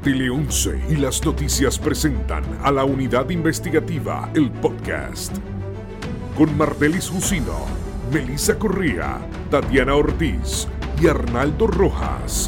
Tele 11 y las noticias presentan a la Unidad Investigativa, el podcast. Con Mardelis Jusino, Melissa Correa, Tatiana Ortiz y Arnaldo Rojas.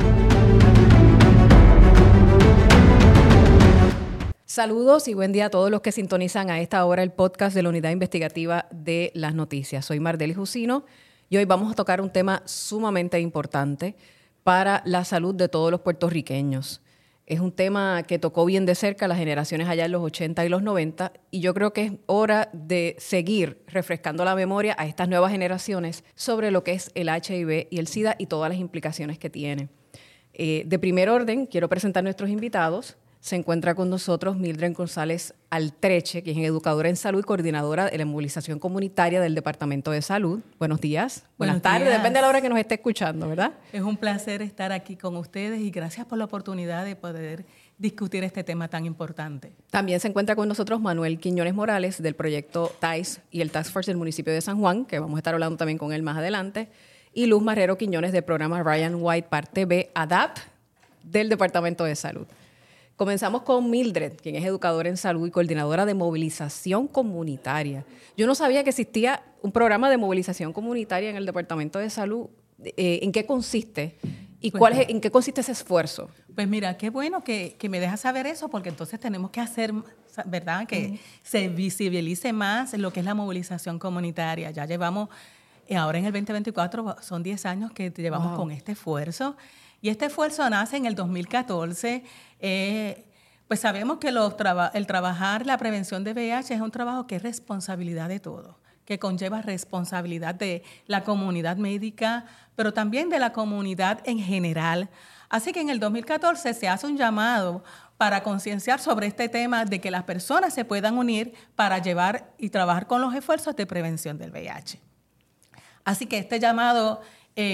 Saludos y buen día a todos los que sintonizan a esta hora el podcast de la Unidad Investigativa de las Noticias. Soy Mardelis Jusino y hoy vamos a tocar un tema sumamente importante para la salud de todos los puertorriqueños. Es un tema que tocó bien de cerca a las generaciones allá en los 80 y los 90 y yo creo que es hora de seguir refrescando la memoria a estas nuevas generaciones sobre lo que es el HIV y el SIDA y todas las implicaciones que tiene. De primer orden, quiero presentar a nuestros invitados. Se encuentra con nosotros Mildred González Altreche, que es educadora en salud y coordinadora de la movilización comunitaria del Departamento de Salud. Buenos días. Buenas tardes, depende de la hora que nos esté escuchando, ¿verdad? Es un placer estar aquí con ustedes y gracias por la oportunidad de poder discutir este tema tan importante. También se encuentra con nosotros Manuel Quiñones Morales del proyecto TAIS y el Task Force del municipio de San Juan, que vamos a estar hablando también con él más adelante, y Luz Marrero Quiñones del programa Ryan White Parte B ADAPT del Departamento de Salud. Comenzamos con Mildred, quien es educadora en salud y coordinadora de movilización comunitaria. Yo no sabía que existía un programa de movilización comunitaria en el Departamento de Salud. ¿En qué consiste? ¿Y en qué consiste ese esfuerzo? Pues mira, qué bueno que me dejas saber eso, porque entonces tenemos que hacer, ¿verdad?, que se visibilice más lo que es la movilización comunitaria. Ya llevamos, ahora en el 2024, son 10 años que llevamos con este esfuerzo. Y este esfuerzo nace en el 2014. Pues sabemos que el trabajar la prevención de VIH es un trabajo que es responsabilidad de todos, que conlleva responsabilidad de la comunidad médica, pero también de la comunidad en general. Así que en el 2014 se hace un llamado para concienciar sobre este tema de que las personas se puedan unir para llevar y trabajar con los esfuerzos de prevención del VIH. Así que este llamado...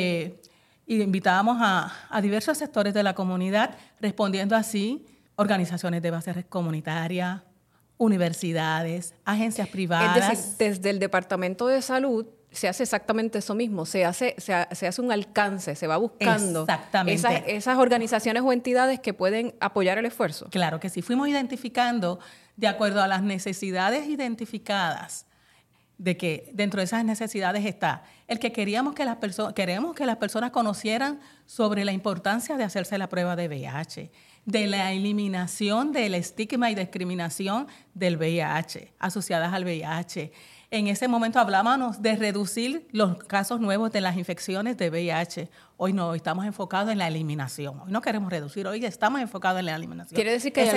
Y invitábamos a diversos sectores de la comunidad, respondiendo así organizaciones de base comunitaria, universidades, agencias privadas. Es decir, desde el Departamento de Salud se hace exactamente eso mismo, se hace un alcance, se va buscando esas organizaciones o entidades que pueden apoyar el esfuerzo. Claro que sí, fuimos identificando de acuerdo a las necesidades identificadas, de que dentro de esas necesidades está el que queremos que las personas conocieran sobre la importancia de hacerse la prueba de VIH, de la eliminación del estigma y discriminación del VIH, asociadas al VIH. En ese momento hablábamos de reducir los casos nuevos de las infecciones de VIH. Hoy no, hoy estamos enfocados en la eliminación. Hoy no queremos reducir, hoy estamos enfocados en la eliminación. Quiere decir que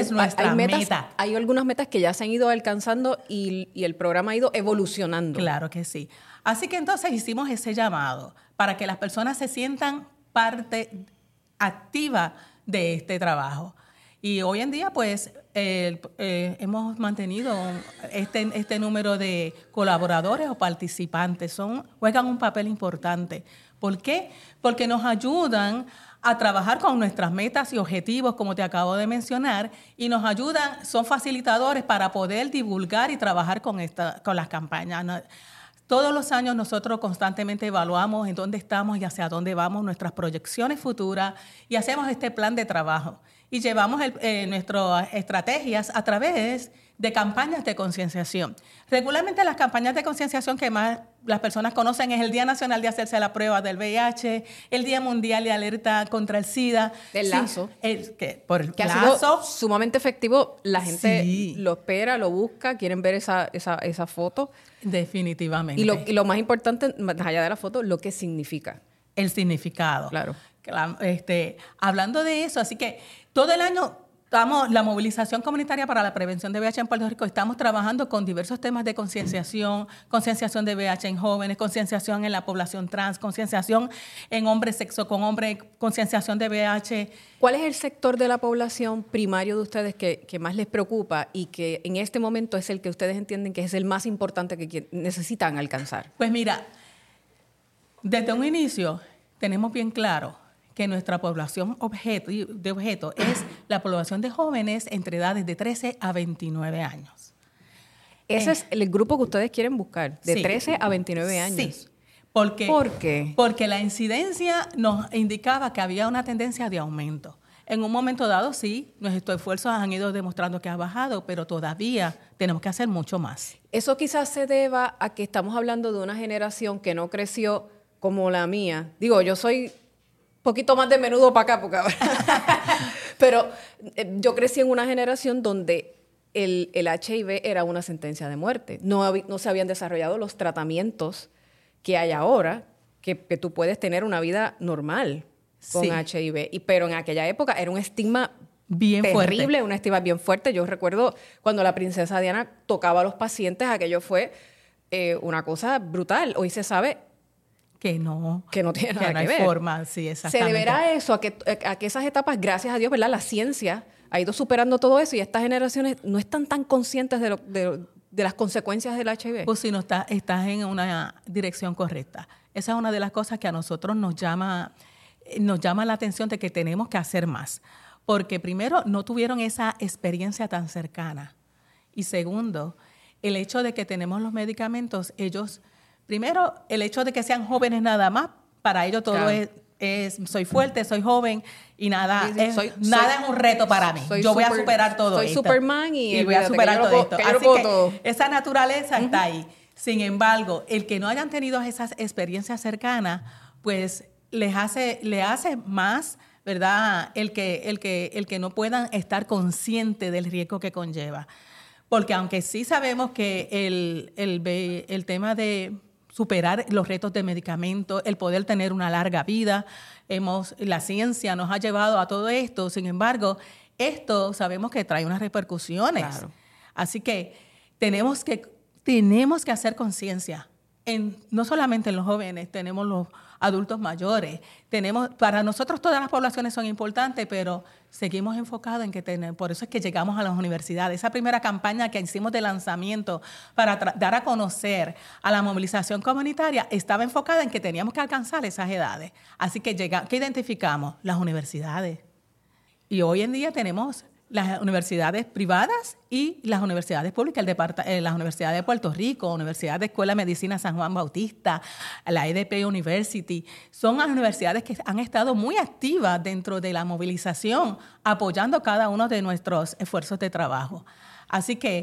hay algunas metas que ya se han ido alcanzando y el programa ha ido evolucionando. Claro que sí. Así que entonces hicimos ese llamado para que las personas se sientan parte activa de este trabajo. Y hoy en día, pues, hemos mantenido este número de colaboradores o participantes. Juegan un papel importante. ¿Por qué? Porque nos ayudan a trabajar con nuestras metas y objetivos, como te acabo de mencionar, y nos ayudan, son facilitadores para poder divulgar y trabajar con las campañas. Todos los años nosotros constantemente evaluamos en dónde estamos y hacia dónde vamos, nuestras proyecciones futuras, y hacemos este plan de trabajo. Y llevamos nuestras estrategias a través de campañas de concienciación. Regularmente las campañas de concienciación que más las personas conocen es el Día Nacional de Hacerse la Prueba del VIH, el Día Mundial de Alerta contra el SIDA. El lazo. Que ha sido sumamente efectivo. La gente lo espera, lo busca, quieren ver esa foto. Definitivamente. Y lo más importante, más allá de la foto, lo que significa. El significado. Claro. Hablando de eso, así que todo el año la movilización comunitaria para la prevención de VIH en Puerto Rico, estamos trabajando con diversos temas de concienciación de VIH en jóvenes, concienciación en la población trans, concienciación en hombres, sexo con hombres, concienciación de VIH. ¿Cuál es el sector de la población primario de ustedes que más les preocupa y que en este momento es el que ustedes entienden que es el más importante que necesitan alcanzar? Pues mira, desde un inicio tenemos bien claro que nuestra población de objeto es la población de jóvenes entre edades de 13 a 29 años. Ese es el grupo que ustedes quieren buscar, de 13 a 29 años. Sí. ¿Por qué? ¿Por qué? Porque la incidencia nos indicaba que había una tendencia de aumento. En un momento dado, sí, nuestros esfuerzos han ido demostrando que ha bajado, pero todavía tenemos que hacer mucho más. Eso quizás se deba a que estamos hablando de una generación que no creció como la mía. Digo, yo soy un poquito más de menudo para acá, porque ahora pero yo crecí en una generación donde el HIV era una sentencia de muerte. No se habían desarrollado los tratamientos que hay ahora, que tú puedes tener una vida normal con HIV. Pero en aquella época era un estigma bien terrible, fuerte. una estigma bien fuerte. Yo recuerdo cuando la princesa Diana tocaba a los pacientes, aquello fue una cosa brutal. Hoy se sabe que no tiene que nada no que hay ver. forma, sí, exactamente. Se deberá a eso, a que esas etapas, gracias a Dios, ¿verdad? La ciencia ha ido superando todo eso y estas generaciones no están tan conscientes de las consecuencias del HIV. Pues si no estás en una dirección correcta. Esa es una de las cosas que a nosotros nos llama la atención de que tenemos que hacer más. Porque primero, no tuvieron esa experiencia tan cercana. Y segundo, el hecho de que tenemos los medicamentos, primero, el hecho de que sean jóvenes nada más, para ellos todo claro. es soy fuerte, soy joven y nada, Sí, nada es un reto para mí. Yo voy a superar todo esto. Soy Superman y voy a superar todo esto. Así que todo. esa naturaleza está ahí. Sin embargo, el que no hayan tenido esas experiencias cercanas, pues le hace más, ¿verdad? El que no puedan estar conscientes del riesgo que conlleva. Porque aunque sí sabemos que el tema de superar los retos de medicamentos, el poder tener una larga vida, la ciencia nos ha llevado a todo esto. Sin embargo, esto sabemos que trae unas repercusiones. Claro. Así que tenemos que hacer conciencia. No solamente en los jóvenes, tenemos los adultos mayores. Para nosotros todas las poblaciones son importantes, pero seguimos enfocados en que por eso es que llegamos a las universidades. Esa primera campaña que hicimos de lanzamiento para dar a conocer a la movilización comunitaria estaba enfocada en que teníamos que alcanzar esas edades. Así que ¿qué identificamos? Las universidades. Y hoy en día tenemos las universidades privadas y las universidades públicas, las universidades de Puerto Rico, Universidad de Escuela de Medicina San Juan Bautista, la EDP University, son las universidades que han estado muy activas dentro de la movilización, apoyando cada uno de nuestros esfuerzos de trabajo. Así que...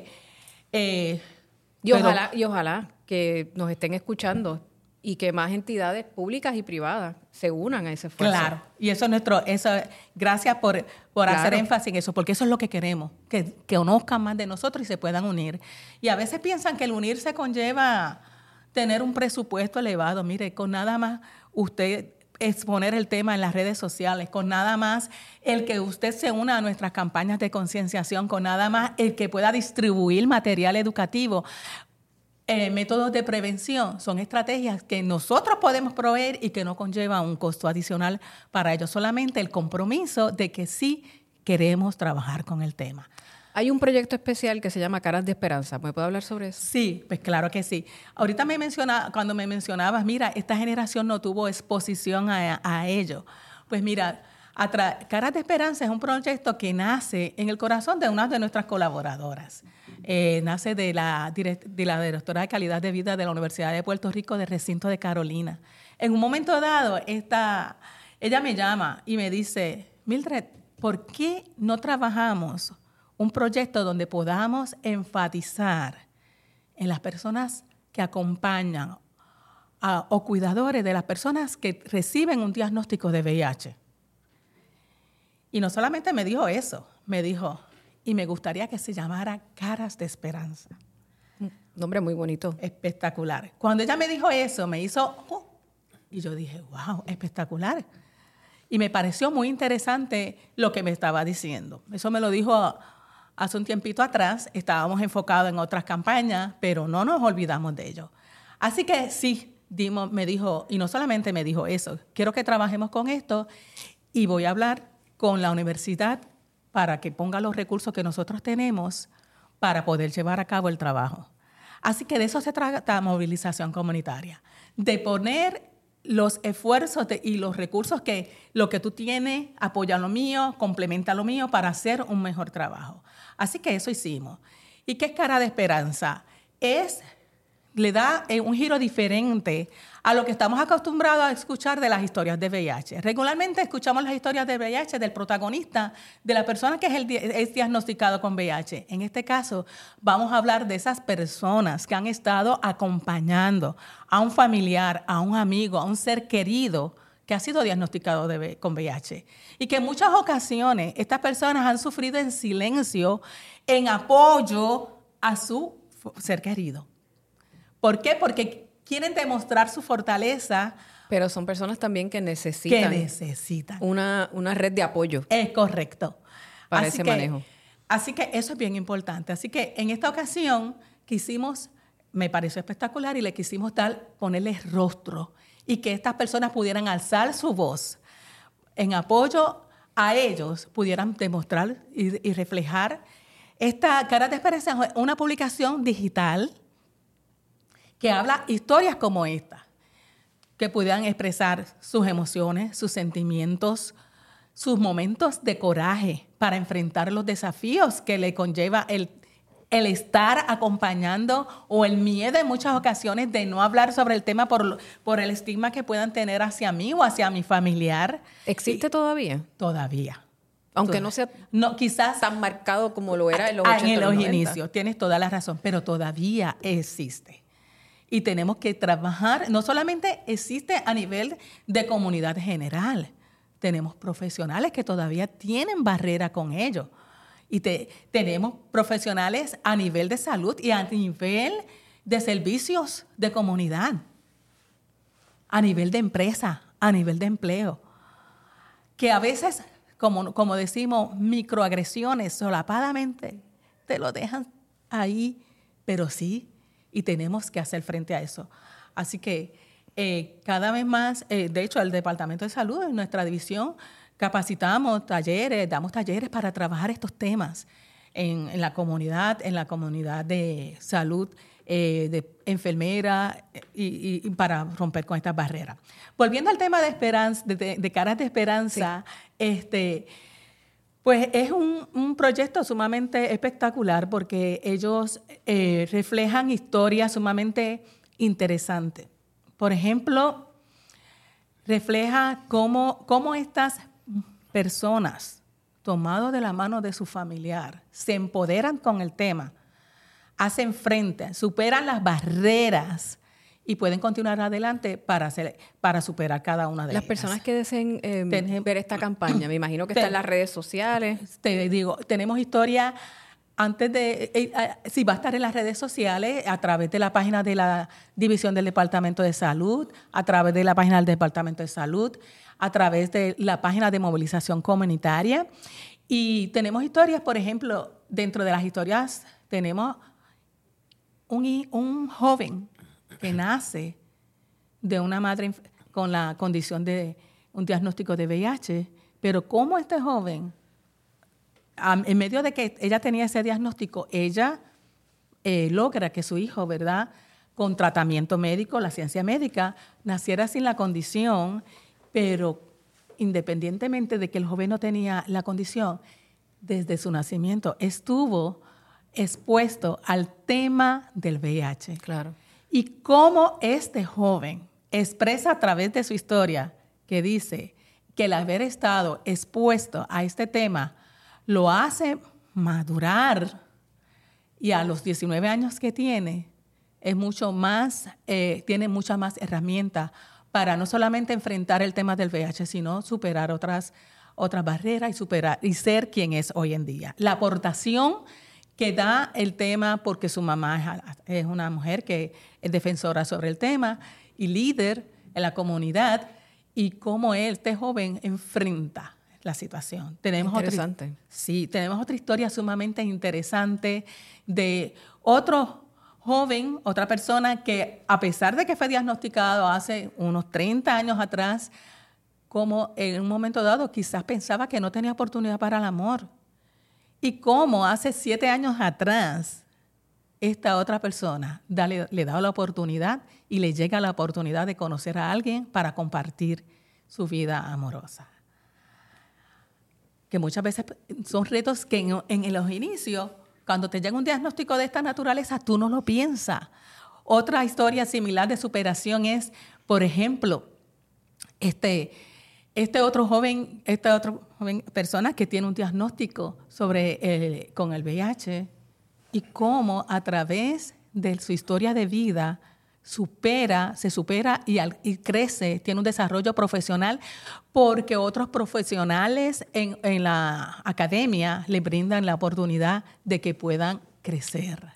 ojalá que nos estén escuchando y que más entidades públicas y privadas se unan a ese esfuerzo. Claro, y gracias por hacer énfasis en eso, porque eso es lo que queremos, que conozcan más de nosotros y se puedan unir. Y a veces piensan que el unirse conlleva tener un presupuesto elevado. Mire, con nada más usted exponer el tema en las redes sociales, con nada más el que usted se una a nuestras campañas de concienciación, con nada más el que pueda distribuir material educativo, métodos de prevención, son estrategias que nosotros podemos proveer y que no conlleva un costo adicional para ellos, solamente el compromiso de que sí queremos trabajar con el tema. Hay un proyecto especial que se llama Caras de Esperanza. ¿Me puede hablar sobre eso? Sí, pues claro que sí. Ahorita cuando me mencionabas, mira, esta generación no tuvo exposición a ello. Pues mira, Caras de Esperanza es un proyecto que nace en el corazón de una de nuestras colaboradoras. Nace de la directora de calidad de vida de la Universidad de Puerto Rico, del recinto de Carolina. En un momento dado, ella me llama y me dice, Mildred, ¿por qué no trabajamos un proyecto donde podamos enfatizar en las personas que acompañan o cuidadores de las personas que reciben un diagnóstico de VIH? Y no solamente me dijo eso, me dijo, y me gustaría que se llamara Caras de Esperanza. Nombre muy bonito. Espectacular. Cuando ella me dijo eso, me hizo... y yo dije, wow, espectacular. Y me pareció muy interesante lo que me estaba diciendo. Eso me lo dijo hace un tiempito atrás. Estábamos enfocados en otras campañas, pero no nos olvidamos de ello. Así que sí, me dijo, y no solamente me dijo eso, quiero que trabajemos con esto y voy a hablar con la universidad para que ponga los recursos que nosotros tenemos para poder llevar a cabo el trabajo. Así que de eso se trata movilización comunitaria, de poner los esfuerzos y los recursos que lo que tú tienes, apoya lo mío, complementa lo mío para hacer un mejor trabajo. Así que eso hicimos. ¿Y qué es Cara de Esperanza? Es le da un giro diferente a lo que estamos acostumbrados a escuchar de las historias de VIH. Regularmente escuchamos las historias de VIH del protagonista, de la persona que es diagnosticado con VIH. En este caso, vamos a hablar de esas personas que han estado acompañando a un familiar, a un amigo, a un ser querido que ha sido diagnosticado con VIH. Y que en muchas ocasiones estas personas han sufrido en silencio en apoyo a su ser querido. ¿Por qué? Porque quieren demostrar su fortaleza. Pero son personas también que necesitan una red de apoyo. Es correcto. Para ese manejo. Así que eso es bien importante. Así que en esta ocasión me pareció espectacular y le quisimos ponerles rostro y que estas personas pudieran alzar su voz en apoyo a ellos, pudieran demostrar y reflejar esta Caras de Esperanza, una publicación digital que habla historias como esta, que pudieran expresar sus emociones, sus sentimientos, sus momentos de coraje para enfrentar los desafíos que le conlleva el estar acompañando o el miedo en muchas ocasiones de no hablar sobre el tema por el estigma que puedan tener hacia mí o hacia mi familiar. ¿Existe todavía? Todavía. Aunque no sea quizás tan marcado como lo era en los 80 en los 90. inicios. Tienes toda la razón, pero todavía existe. Y tenemos que trabajar, no solamente existe a nivel de comunidad general, tenemos profesionales que todavía tienen barrera con ello. Y tenemos profesionales a nivel de salud y a nivel de servicios de comunidad, a nivel de empresa, a nivel de empleo, que a veces, como decimos, microagresiones solapadamente te lo dejan ahí, pero sí, y tenemos que hacer frente a eso. Así que cada vez más, de hecho, el Departamento de Salud, en nuestra división, capacitamos damos talleres para trabajar estos temas en la comunidad de salud, de enfermera y para romper con estas barreras. Volviendo al tema de esperanza, de Caras de Esperanza, sí. Pues es un proyecto sumamente espectacular porque ellos reflejan historias sumamente interesantes. Por ejemplo, refleja cómo estas personas, tomados de la mano de su familiar, se empoderan con el tema, hacen frente, superan las barreras y pueden continuar adelante para superar cada una de ellas. Las personas que deseen ver esta campaña, me imagino que está en las redes sociales. Te digo, tenemos historia antes de... sí, va a estar en las redes sociales, a través de la página de la División del Departamento de Salud, a través de la página del Departamento de Salud, a través de la página de movilización comunitaria. Y tenemos historias, por ejemplo, dentro de las historias tenemos un joven que nace de una madre con la condición de un diagnóstico de VIH, pero cómo este joven, en medio de que ella tenía ese diagnóstico, ella logra que su hijo, ¿verdad?, con tratamiento médico, la ciencia médica, naciera sin la condición, pero independientemente de que el joven no tenía la condición, desde su nacimiento estuvo expuesto al tema del VIH. Claro. Y cómo este joven expresa a través de su historia que dice que el haber estado expuesto a este tema lo hace madurar y a los 19 años que tiene, es mucho más, tiene muchas más herramientas para no solamente enfrentar el tema del VIH, sino superar otras barreras y ser quien es hoy en día. La aportación que da el tema, porque su mamá es una mujer que es defensora sobre el tema y líder en la comunidad, y cómo este joven enfrenta la situación. Interesante. Tenemos otra historia sumamente interesante de otro joven, otra persona que, a pesar de que fue diagnosticado hace unos 30 años atrás, como en un momento dado quizás pensaba que no tenía oportunidad para el amor. Y cómo hace 7 años atrás esta otra persona le da la oportunidad y le llega la oportunidad de conocer a alguien para compartir su vida amorosa. Que muchas veces son retos que en los inicios, cuando te llega un diagnóstico de esta naturaleza, tú no lo piensas. Otra historia similar de superación es, por ejemplo, esta otra joven persona que tiene un diagnóstico con el VIH y cómo a través de su historia de vida se supera y crece, tiene un desarrollo profesional porque otros profesionales en la academia le brindan la oportunidad de que puedan crecer.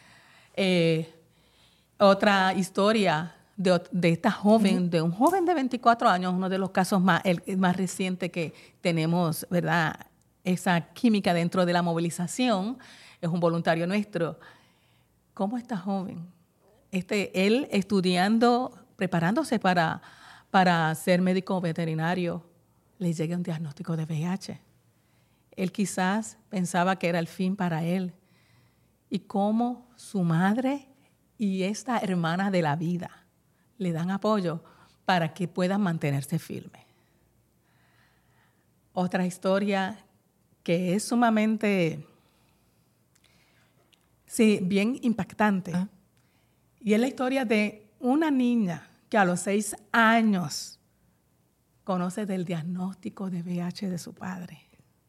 Otra historia de esta joven, de un joven de 24 años, uno de los casos el más reciente que tenemos, ¿verdad? Esa química dentro de la movilización, es un voluntario nuestro. ¿Cómo esta joven? Él estudiando, preparándose para ser médico veterinario, le llega un diagnóstico de VIH. Él quizás pensaba que era el fin para él. Y cómo su madre y esta hermana de la vida le dan apoyo para que puedan mantenerse firmes. Otra historia que es sumamente, bien impactante. Y es la historia de una niña que a los 6 años conoce del diagnóstico de VIH de su padre.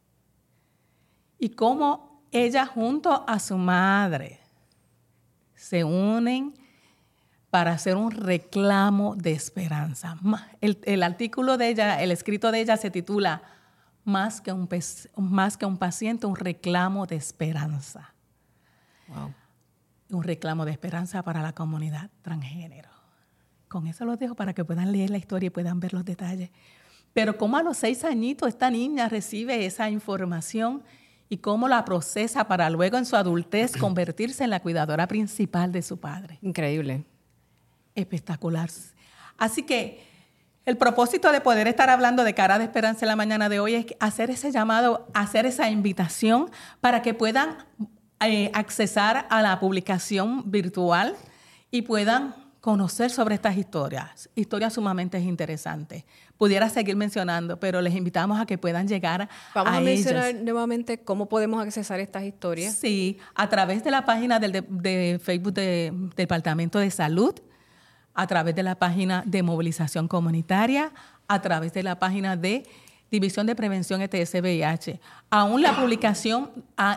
Y cómo ella junto a su madre se unen para hacer un reclamo de esperanza. El artículo de ella, el escrito de ella se titula Más que un paciente, un reclamo de esperanza. Wow. Un reclamo de esperanza para la comunidad transgénero. Con eso los dejo para que puedan leer la historia y puedan ver los detalles. Pero cómo a los 6 añitos esta niña recibe esa información y cómo la procesa para luego en su adultez convertirse en la cuidadora principal de su padre. Increíble. Espectacular. Así que el propósito de poder estar hablando de Cara de Esperanza en la mañana de hoy es hacer ese llamado, hacer esa invitación para que puedan accesar a la publicación virtual y puedan conocer sobre estas historias sumamente interesantes. Pudiera seguir mencionando, pero les invitamos a que puedan llegar a ellas. Vamos a mencionar nuevamente cómo podemos accesar estas historias. Sí, a través de la página de Facebook del Departamento de Salud, a través de la página de Movilización Comunitaria, a través de la página de División de Prevención ETS-VIH. Aún la publicación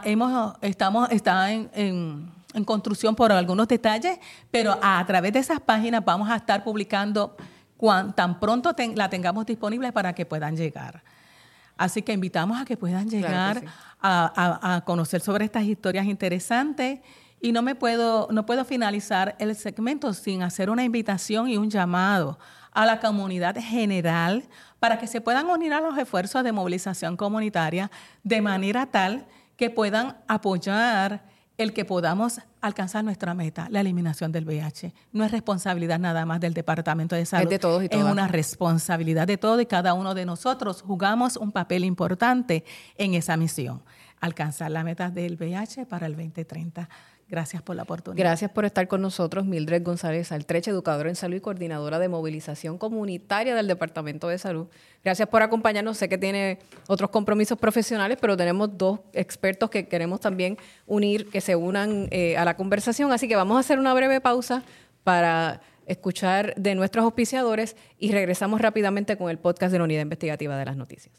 está en construcción por algunos detalles, pero a través de esas páginas vamos a estar publicando tan pronto la tengamos disponible para que puedan llegar. Así que invitamos a que puedan llegar, claro que sí, a conocer sobre estas historias interesantes. Y no puedo finalizar el segmento sin hacer una invitación y un llamado a la comunidad general para que se puedan unir a los esfuerzos de movilización comunitaria de manera tal que puedan apoyar el que podamos alcanzar nuestra meta, la eliminación del VIH. No es responsabilidad nada más del Departamento de Salud. Es de todos y todas. Es una responsabilidad de todos y cada uno de nosotros jugamos un papel importante en esa misión, alcanzar la meta del VIH para el 2030. Gracias por la oportunidad. Gracias por estar con nosotros, Mildred González Altreche, educadora en salud y coordinadora de movilización comunitaria del Departamento de Salud. Gracias por acompañarnos. Sé que tiene otros compromisos profesionales, pero tenemos 2 expertos que queremos también unir, que se unan a la conversación. Así que vamos a hacer una breve pausa para escuchar de nuestros auspiciadores y regresamos rápidamente con el podcast de la Unidad Investigativa de las Noticias.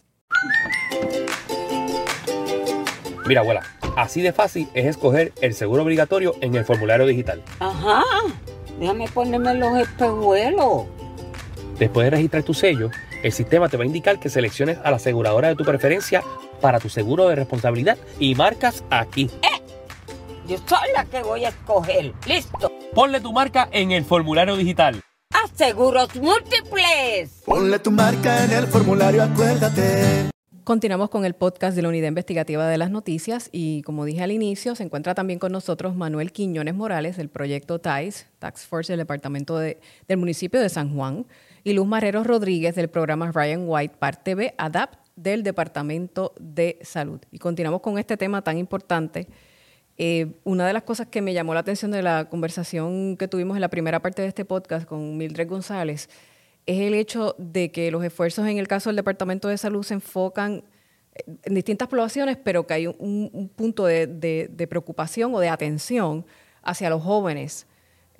Mira, abuela, así de fácil es escoger el seguro obligatorio en el formulario digital. Ajá, déjame ponerme los espejuelos. Después de registrar tu sello, el sistema te va a indicar que selecciones a la aseguradora de tu preferencia para tu seguro de responsabilidad y marcas aquí. Yo soy la que voy a escoger. ¡Listo! Ponle tu marca en el formulario digital. ¡A Seguros Múltiples! Ponle tu marca en el formulario, acuérdate. Continuamos con el podcast de la Unidad Investigativa de las Noticias y, como dije al inicio, se encuentra también con nosotros Manuel Quiñones Morales del proyecto TAIS, Task Force del Departamento del municipio de San Juan, y Luz Marrero Rodríguez del programa Ryan White, Parte B, ADAPT, del Departamento de Salud. Y continuamos con este tema tan importante. Una de las cosas que me llamó la atención de la conversación que tuvimos en la primera parte de este podcast con Mildred González es el hecho de que los esfuerzos en el caso del Departamento de Salud se enfocan en distintas poblaciones, pero que hay un punto de preocupación o de atención hacia los jóvenes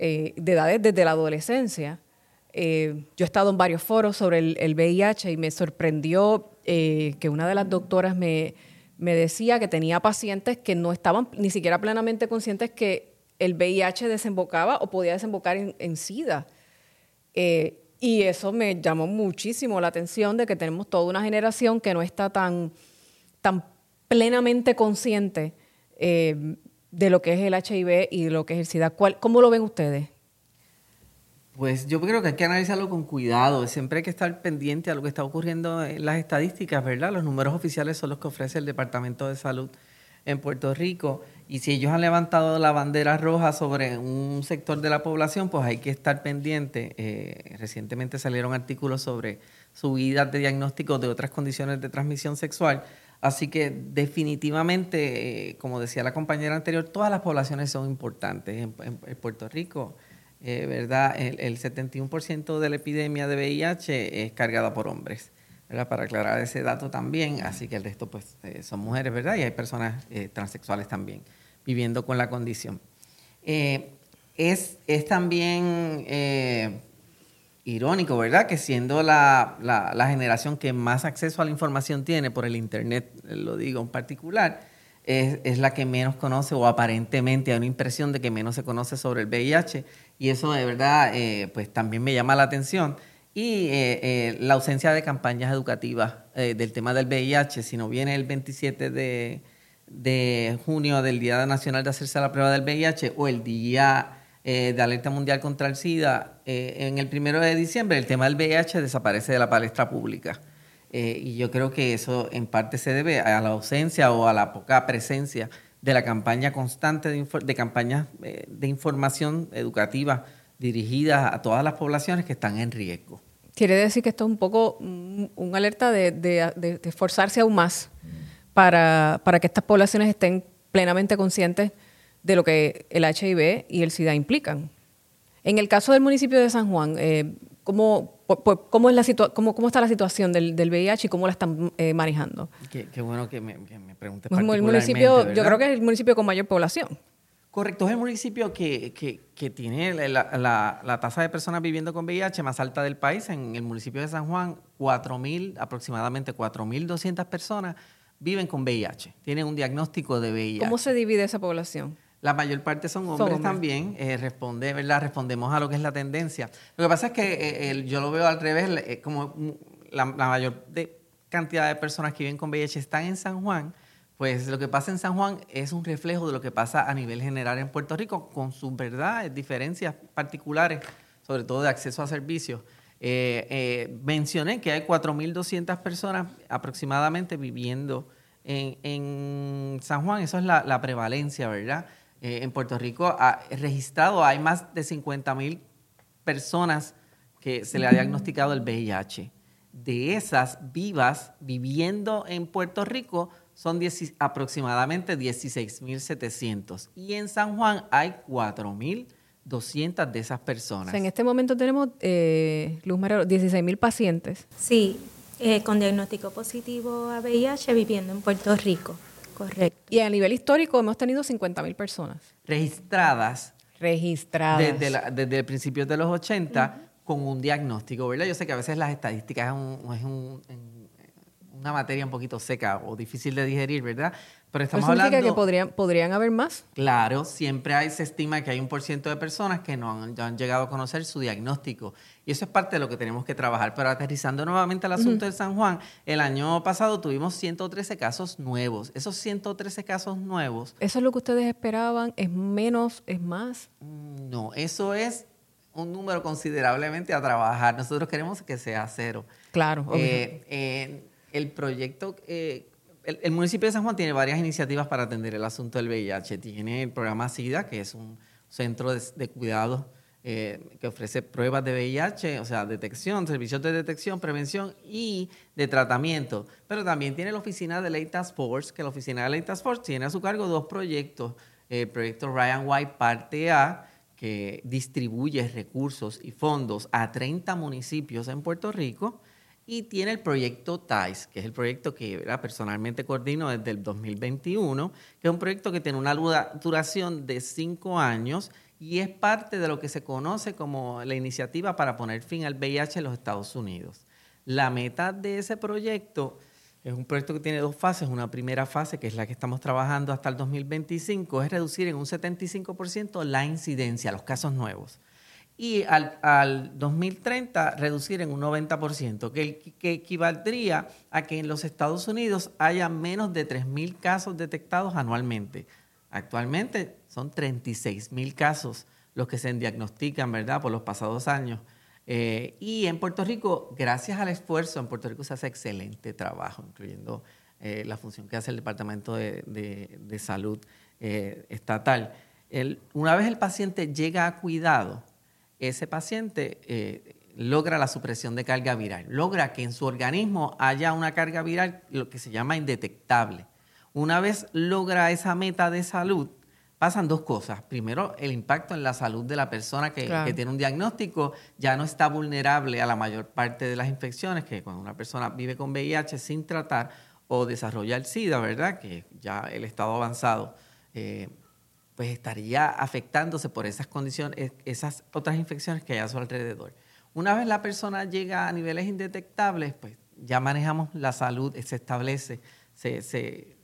de edades desde la adolescencia. Yo he estado en varios foros sobre el VIH y me sorprendió que una de las doctoras me decía que tenía pacientes que no estaban ni siquiera plenamente conscientes que el VIH desembocaba o podía desembocar en SIDA. Y eso me llamó muchísimo la atención de que tenemos toda una generación que no está tan plenamente consciente de lo que es el HIV y de lo que es el SIDA. ¿Cómo lo ven ustedes? Pues yo creo que hay que analizarlo con cuidado. Siempre hay que estar pendiente a lo que está ocurriendo en las estadísticas, ¿verdad? Los números oficiales son los que ofrece el Departamento de Salud en Puerto Rico. Y si ellos han levantado la bandera roja sobre un sector de la población, pues hay que estar pendiente. Recientemente salieron artículos sobre subidas de diagnósticos de otras condiciones de transmisión sexual. Así que definitivamente, como decía la compañera anterior, todas las poblaciones son importantes en Puerto Rico. ¿Verdad? El 71% de la epidemia de VIH es cargada por hombres, ¿verdad? Para aclarar ese dato también, así que el resto pues son mujeres, ¿verdad? Y hay personas transexuales también viviendo con la condición. Es también irónico, ¿verdad? Que siendo la generación que más acceso a la información tiene por el Internet, lo digo en particular, es la que menos conoce, o aparentemente hay una impresión de que menos se conoce sobre el VIH, y eso de verdad pues también me llama la atención. Y la ausencia de campañas educativas del tema del VIH. Si no viene el 27 de junio del Día Nacional de Hacerse la Prueba del VIH o el Día de Alerta Mundial contra el SIDA, en el 1 de diciembre el tema del VIH desaparece de la palestra pública. Y yo creo que eso en parte se debe a la ausencia o a la poca presencia de la campaña constante de campañas de información educativa dirigidas a todas las poblaciones que están en riesgo. Quiere decir que esto es un poco un alerta de esforzarse aún más para que estas poblaciones estén plenamente conscientes de lo que el HIV y el SIDA implican. En el caso del municipio de San Juan, ¿cómo está la situación del VIH y cómo la están manejando? Qué bueno que me preguntes pues particularmente, el municipio, ¿verdad? yo creo que es el municipio con mayor población. Correcto, es el municipio que tiene la tasa de personas viviendo con VIH más alta del país. En el municipio de San Juan, aproximadamente 4.200 personas viven con VIH. Tienen un diagnóstico de VIH. ¿Cómo se divide esa población? La mayor parte son hombres también. Respondemos a lo que es la tendencia. Lo que pasa es que yo lo veo al revés, como la mayor cantidad de personas que viven con VIH están en San Juan. Pues lo que pasa en San Juan es un reflejo de lo que pasa a nivel general en Puerto Rico, con sus diferencias particulares, sobre todo de acceso a servicios. Mencioné que hay 4.200 personas aproximadamente viviendo en San Juan. Eso es la prevalencia, ¿verdad? En Puerto Rico registrado hay más de 50.000 personas que se le ha diagnosticado el VIH. De esas vivas viviendo en Puerto Rico son aproximadamente 16.700. Y en San Juan hay 4.200 de esas personas. O sea, en este momento tenemos, Luz Marrero, 16.000 pacientes. Sí, con diagnóstico positivo a VIH viviendo en Puerto Rico. Correcto. Y a nivel histórico hemos tenido 50.000 personas. Registradas. Desde el principio de los 80 con un diagnóstico, ¿verdad? Yo sé que a veces las estadísticas es una materia un poquito seca o difícil de digerir, ¿verdad? Pero estamos hablando... ¿Significa que podrían haber más? Claro, siempre se estima que hay un % de personas que no han llegado a conocer su diagnóstico. Y eso es parte de lo que tenemos que trabajar. Pero aterrizando nuevamente al asunto de San Juan, el año pasado tuvimos 113 casos nuevos. Esos 113 casos nuevos... ¿Eso es lo que ustedes esperaban? ¿Es menos? ¿Es más? No, eso es un número considerablemente a trabajar. Nosotros queremos que sea 0. Claro. El proyecto... El municipio de San Juan tiene varias iniciativas para atender el asunto del VIH. Tiene el programa SIDA, que es un centro de cuidados que ofrece pruebas de VIH, o sea, detección, servicios de detección, prevención y de tratamiento. Pero también tiene la oficina de Late Task Force, que la oficina de Late Task Force tiene a su cargo 2 proyectos. El proyecto Ryan White Parte A, que distribuye recursos y fondos a 30 municipios en Puerto Rico. Y tiene el proyecto TICE, que es el proyecto que personalmente coordino desde el 2021, que es un proyecto que tiene una duración de 5 años y es parte de lo que se conoce como la iniciativa para poner fin al VIH en los Estados Unidos. La meta de ese proyecto es un proyecto que tiene 2 fases. Una primera fase, que es la que estamos trabajando hasta el 2025, es reducir en un 75% la incidencia, los casos nuevos. Y al 2030 reducir en un 90%, que equivaldría a que en los Estados Unidos haya menos de 3,000 casos detectados anualmente. Actualmente son 36,000 casos los que se diagnostican, ¿verdad?, por los pasados años. Y en Puerto Rico, gracias al esfuerzo, en Puerto Rico se hace excelente trabajo, incluyendo la función que hace el Departamento de Salud estatal. Una vez el paciente llega a cuidado, ese paciente logra la supresión de carga viral, logra que en su organismo haya una carga viral, lo que se llama indetectable. Una vez logra esa meta de salud, pasan 2 cosas. Primero, el impacto en la salud de la persona que tiene un diagnóstico ya no está vulnerable a la mayor parte de las infecciones, que cuando una persona vive con VIH sin tratar o desarrolla el SIDA, ¿verdad?, que ya el estado avanzado, pues estaría afectándose por esas condiciones, esas otras infecciones que hay a su alrededor. Una vez la persona llega a niveles indetectables, pues ya manejamos la salud, se establece, se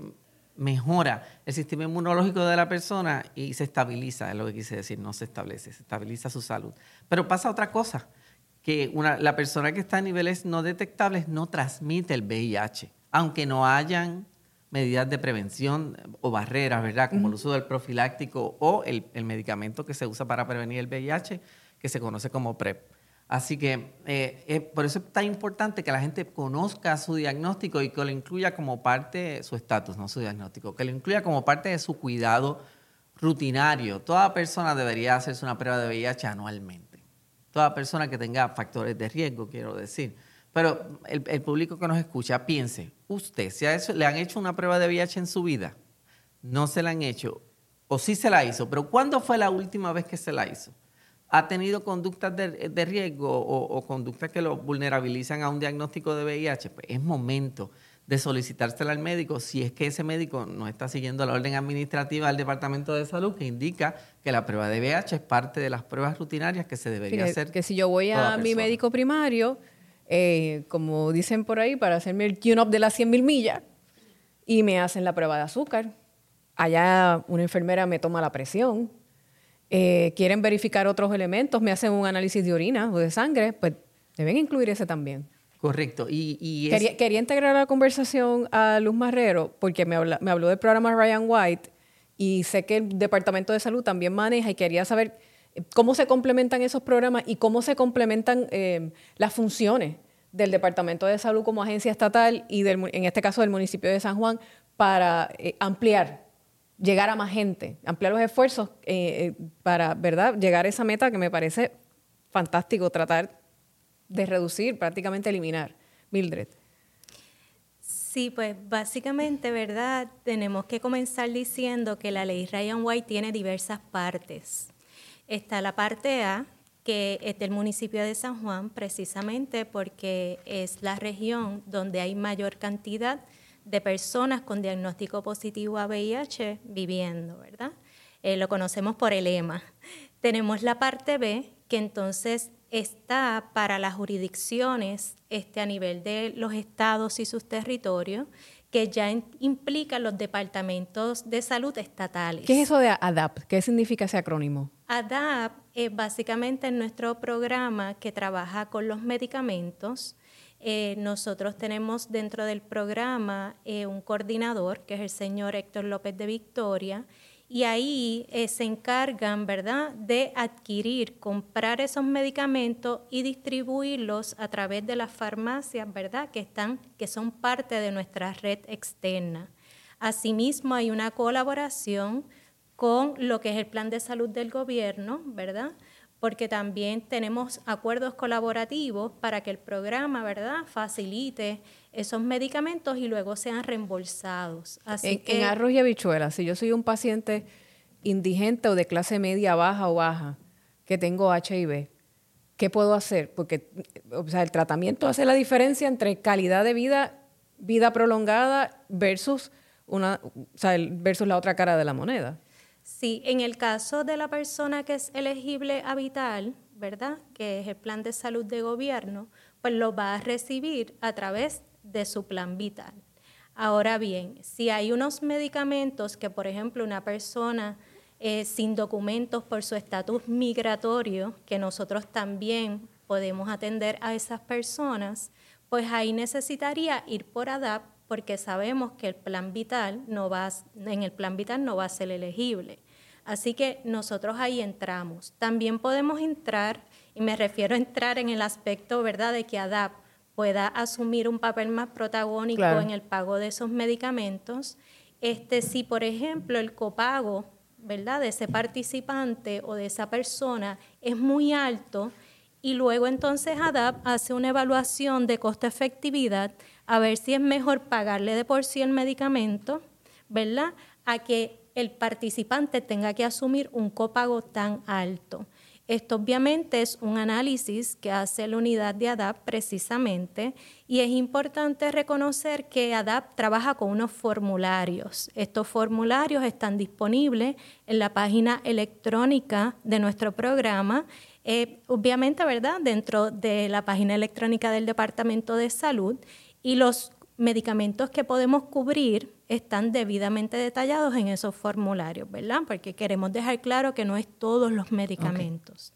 mejora el sistema inmunológico de la persona y se estabiliza, es lo que quise decir, no se establece, se estabiliza su salud. Pero pasa otra cosa, que la persona que está a niveles no detectables no transmite el VIH, aunque no hayan medidas de prevención o barreras, ¿verdad?, como el uso del profiláctico o el medicamento que se usa para prevenir el VIH, que se conoce como PrEP. Así que por eso es tan importante que la gente conozca su diagnóstico y que lo incluya como parte, su estatus, no su diagnóstico, que lo incluya como parte de su cuidado rutinario. Toda persona debería hacerse una prueba de VIH anualmente. Toda persona que tenga factores de riesgo, quiero decir. Pero el público que nos escucha, piense, ¿usted le han hecho una prueba de VIH en su vida? No se la han hecho, o sí se la hizo, pero ¿cuándo fue la última vez que se la hizo? ¿Ha tenido conductas de riesgo o conductas que lo vulnerabilizan a un diagnóstico de VIH? Pues es momento de solicitársela al médico si es que ese médico no está siguiendo la orden administrativa del Departamento de Salud que indica que la prueba de VIH es parte de las pruebas rutinarias que se debería hacer. Que si yo voy a mi médico primario, como dicen por ahí, para hacerme el tune-up de las 100,000 millas, y me hacen la prueba de azúcar. Allá una enfermera me toma la presión. Quieren verificar otros elementos, me hacen un análisis de orina o de sangre, pues deben incluir ese también. Correcto. Quería integrar a la conversación a Luz Marrero porque me habló del programa Ryan White y sé que el Departamento de Salud también maneja y quería saber cómo se complementan esos programas y cómo se complementan las funciones del Departamento de Salud como agencia estatal y en este caso del municipio de San Juan para llegar a más gente, ampliar los esfuerzos para, ¿verdad?, llegar a esa meta que me parece fantástico, tratar de reducir, prácticamente eliminar. Mildred. Sí, pues básicamente, ¿verdad?, tenemos que comenzar diciendo que la ley Ryan White tiene diversas partes. Está la parte A, que es del municipio de San Juan, precisamente porque es la región donde hay mayor cantidad de personas con diagnóstico positivo a VIH viviendo, ¿verdad? Lo conocemos por el EMA. Tenemos la parte B, que entonces está para las jurisdicciones a nivel de los estados y sus territorios, que ya implican los departamentos de salud estatales. ¿Qué es eso de ADAP? ¿Qué significa ese acrónimo? ADAP es básicamente nuestro programa que trabaja con los medicamentos. Nosotros tenemos dentro del programa un coordinador, que es el señor Héctor López de Victoria, y ahí se encargan, ¿verdad?, de adquirir, comprar esos medicamentos y distribuirlos a través de las farmacias, ¿verdad?, que son parte de nuestra red externa. Asimismo, hay una colaboración con lo que es el plan de salud del gobierno, ¿verdad?, porque también tenemos acuerdos colaborativos para que el programa, ¿verdad?, facilite esos medicamentos y luego sean reembolsados. En arroz y habichuelas, si yo soy un paciente indigente o de clase media baja o baja, que tengo HIV, ¿qué puedo hacer? Porque el tratamiento hace la diferencia entre calidad de vida prolongada versus la otra cara de la moneda. Sí, en el caso de la persona que es elegible a Vital, ¿verdad?, que es el plan de salud de gobierno, pues lo va a recibir a través de su plan Vital. Ahora bien, si hay unos medicamentos que, por ejemplo, una persona sin documentos por su estatus migratorio, que nosotros también podemos atender a esas personas, pues ahí necesitaría ir por ADAP, porque sabemos que en el plan vital no va a ser elegible. Así que nosotros ahí entramos. También podemos entrar, y me refiero a entrar en el aspecto, ¿verdad?, de que ADAP pueda asumir un papel más protagónico en el pago de esos medicamentos. Si, por ejemplo, el copago, ¿verdad?, de ese participante o de esa persona es muy alto, y luego entonces ADAP hace una evaluación de costo-efectividad a ver si es mejor pagarle de por sí el medicamento, ¿verdad?, a que el participante tenga que asumir un copago tan alto. Esto obviamente es un análisis que hace la unidad de ADAP precisamente, y es importante reconocer que ADAP trabaja con unos formularios. Estos formularios están disponibles en la página electrónica de nuestro programa, obviamente, ¿verdad?, dentro de la página electrónica del Departamento de Salud, y los medicamentos que podemos cubrir están debidamente detallados en esos formularios, ¿verdad? Porque queremos dejar claro que no es todos los medicamentos.